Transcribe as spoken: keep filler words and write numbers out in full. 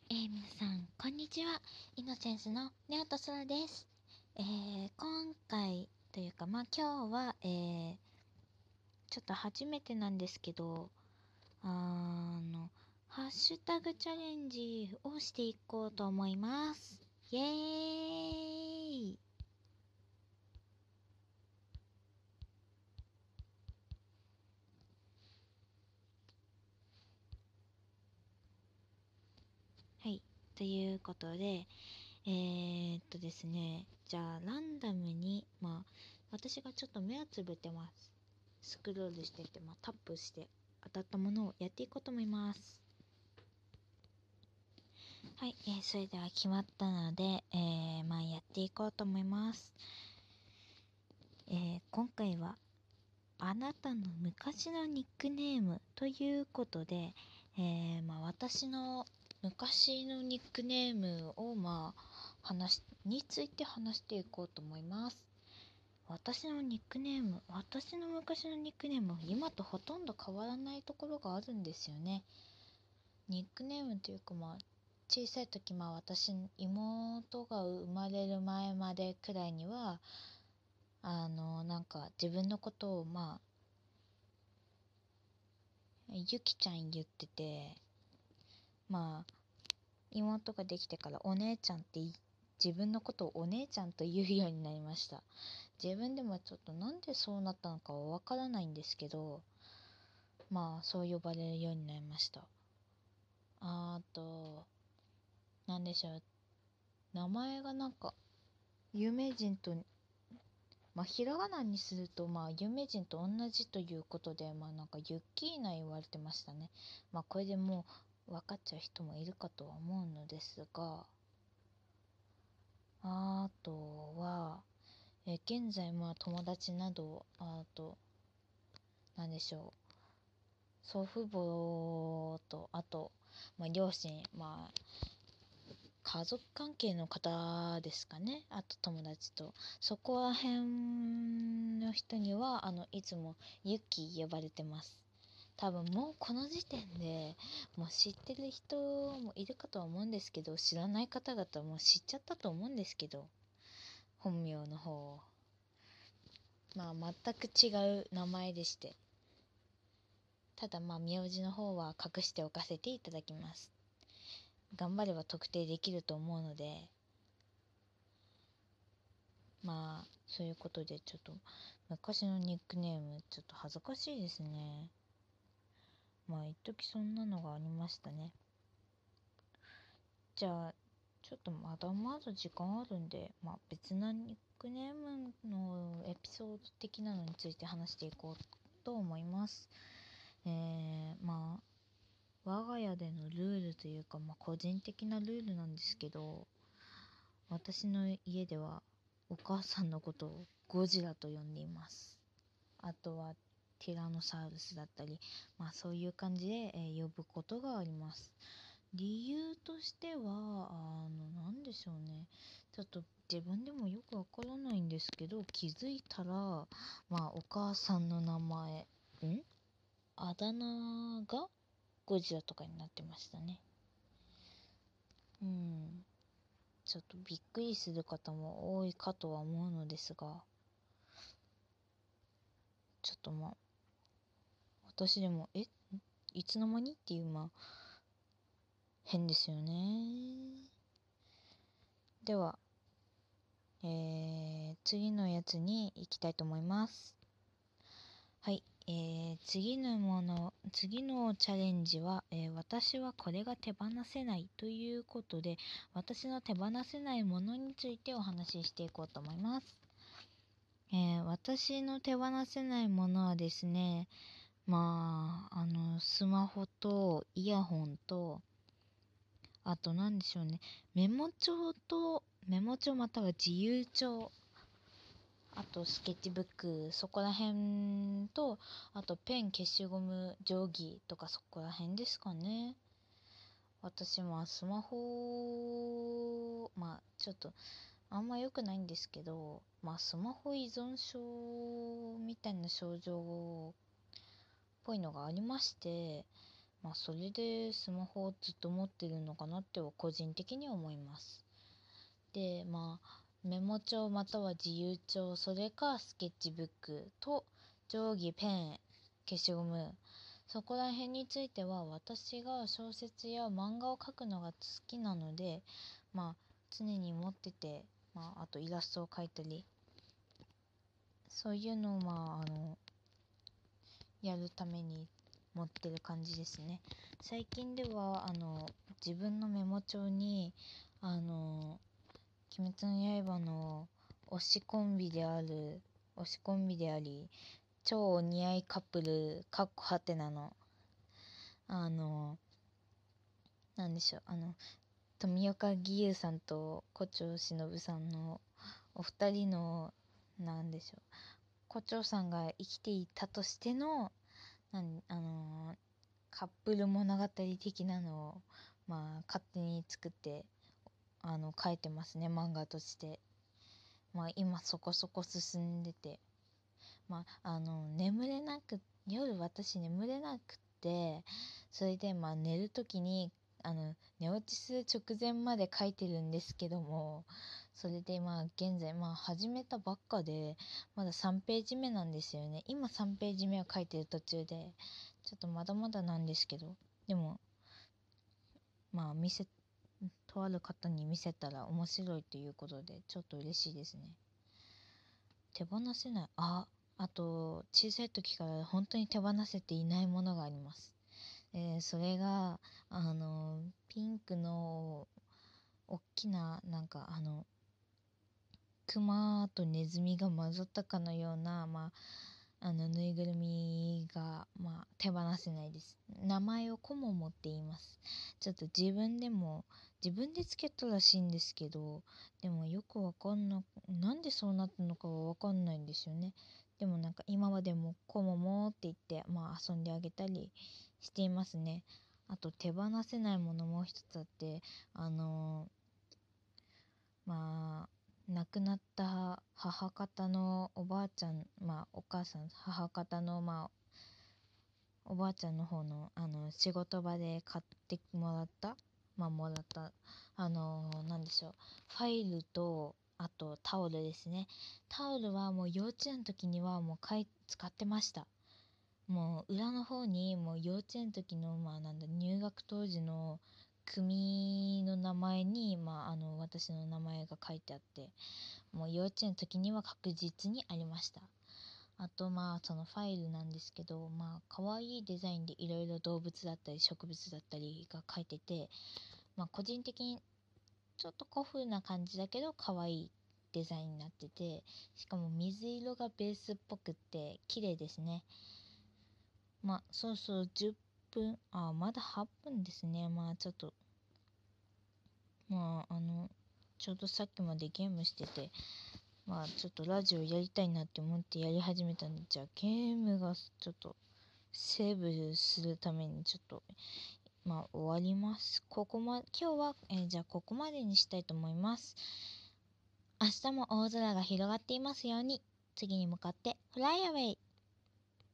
えー、皆さん、こんにちは。イノセンスのネオとソラです。えー、今回というか、まあ今日は、えー、ちょっと初めてなんですけど、あの、ハッシュタグチャレンジをしていこうと思います。イエーイ。はい。ということで、えーっとですね、じゃあランダムに、まあ、私がちょっと目をつぶってます。スクロールしてて、まあ、タップして当たったものをやっていこうと思います。はい、えー、それでは決まったので、えー、まあやっていこうと思います。えー、今回はあなたの昔のニックネームということで、えー、まあ私の昔のニックネームをまあ話について話していこうと思います。私のニックネーム、私の昔のニックネーム、今とほとんど変わらないところがあるんですよね。ニックネームというか、まあ小さい時、まあ私妹が生まれる前までくらいにはあのなんか自分のことをまあゆきちゃん言ってて、まあ妹ができてからお姉ちゃんって自分のことをお姉ちゃんと言うようになりました。自分でもちょっとなんでそうなったのかはわからないんですけど、まあそう呼ばれるようになりました。あとなんでしょう、名前がなんか有名人と、まあひらがなにするとまあ有名人と同じということで、まあなんかユッキーナ言われてましたね。まあこれでもう分かっちゃう人もいるかとは思うのですが、あとはえ現在まあ友達など、あとなんでしょう、祖父母と、あと、まあ、両親、まあ家族関係の方ですかね、あと友達と、そこら辺の人にはあのいつもユッキー呼ばれてます。多分もうこの時点でもう知ってる人もいるかとは思うんですけど、知らない方々も知っちゃったと思うんですけど、本名の方を、まあ全く違う名前でして、ただまあ名字の方は隠しておかせていただきます。頑張れば特定できると思うので、まあそういうことで、ちょっと昔のニックネームちょっと恥ずかしいですね。まあ一時そんなのがありましたね。じゃあちょっとまだまだ時間あるんで、まあ別なニックネームのエピソード的なのについて話していこうと思います。えー、まあ我が家でのルールというか、まあ個人的なルールなんですけど、私の家ではお母さんのことをゴジラと呼んでいます。あとはティラノサウルスだったり、まあそういう感じで、えー呼ぶことがあります。理由としては、あの、なんでしょうね。ちょっと自分でもよくわからないんですけど、気づいたら、まあお母さんの名前、んあだ名がゴジラとかになってましたね。うん。ちょっとびっくりする方も多いかとは思うのですが、ちょっとまあ、私でも、え、いつの間にっていう、まあ、変ですよね。では、えー、次のやつに行きたいと思います。はい、えー、次のもの、次のチャレンジは、えー私はこれが手放せないということで、私の手放せないものについてお話ししていこうと思います。えー私の手放せないものはですね、まあ、あの、スマホとイヤホンと、あとなんでしょうね、メモ帳と、メモ帳または自由帳、あとスケッチブック、そこら辺と、あとペン、消しゴム、定規とかそこら辺ですかね。私はスマホ、まあちょっとあんま良くないんですけど、まあスマホ依存症みたいな症状っぽいのがありまして、 まあそれでスマホをずっと持ってるのかなっては個人的には思います。でまあメモ帳または自由帳、それかスケッチブックと定規、ペン、消しゴム、そこら辺については私が小説や漫画を描くのが好きなので、まあ常に持ってて、まあ、あとイラストを描いたり、そういうのをまああのやるために持ってる感じですね。最近ではあの自分のメモ帳にあの鬼滅の刃の推しコンビである推しコンビであり超お似合いカップルかっこはてなのあのなんでしょうあの富岡義勇さんと胡蝶忍さんのお二人のなんでしょう胡蝶さんが生きていたとしてのなんあのーカップル物語的なのをまあ勝手に作ってあの書いてますね、漫画として。まあ今そこそこ進んでて、まああの眠れなく夜私眠れなくて、それでまあ寝る時にあの寝落ちする直前まで書いてるんですけども、それでまあ現在まあ始めたばっかでまださんページ目なんですよね。今さんページ目を書いてる途中でちょっとまだまだなんですけど、でもまあ見せとある方に見せたら面白いということでちょっと嬉しいですね。手放せない、ああと小さい時から本当に手放せていないものがあります。えーそれがあのピンクの大きななんかあのクマとネズミが混ざったかのような、まあ、あのぬいぐるみが、まあ、手放せないです。名前をコモモって言います。ちょっと自分でも自分でつけたらしいんですけど、でもよくわかんななんでそうなったのかはわかんないんですよね。でもなんか今までもコモモって言って、まあ、遊んであげたりしていますね。あと手放せないものもう一つあって、あのーまあ亡くなった母方のおばあちゃん、まあお母さん母方のまあおばあちゃんの方のあの仕事場で買ってもらったまあもらったあのー、なんでしょう、ファイルとあとタオルですね。タオルはもう幼稚園の時にはもうかい使ってました。もう裏の方にもう幼稚園の時のまあなんだ入学当時の組の名前に、まあ、あの私の名前が書いてあって、もう幼稚園の時には確実にありました。あとまあそのファイルなんですけど、まあ可愛いデザインでいろいろ動物だったり植物だったりが書いてて、まあ個人的にちょっと古風な感じだけど可愛いデザインになってて、しかも水色がベースっぽくって綺麗ですね。まあそうそうじゅっぷん、あまだはっぷんですね。まあちょっとまああのちょうどさっきまでゲームしてて、まあちょっとラジオやりたいなって思ってやり始めたんで、じゃあゲームがちょっとセーブするためにちょっとまあ終わります。ここま今日は、えーじゃあここまでにしたいと思います。明日も大空が広がっていますように。次に向かってフライアウェイ。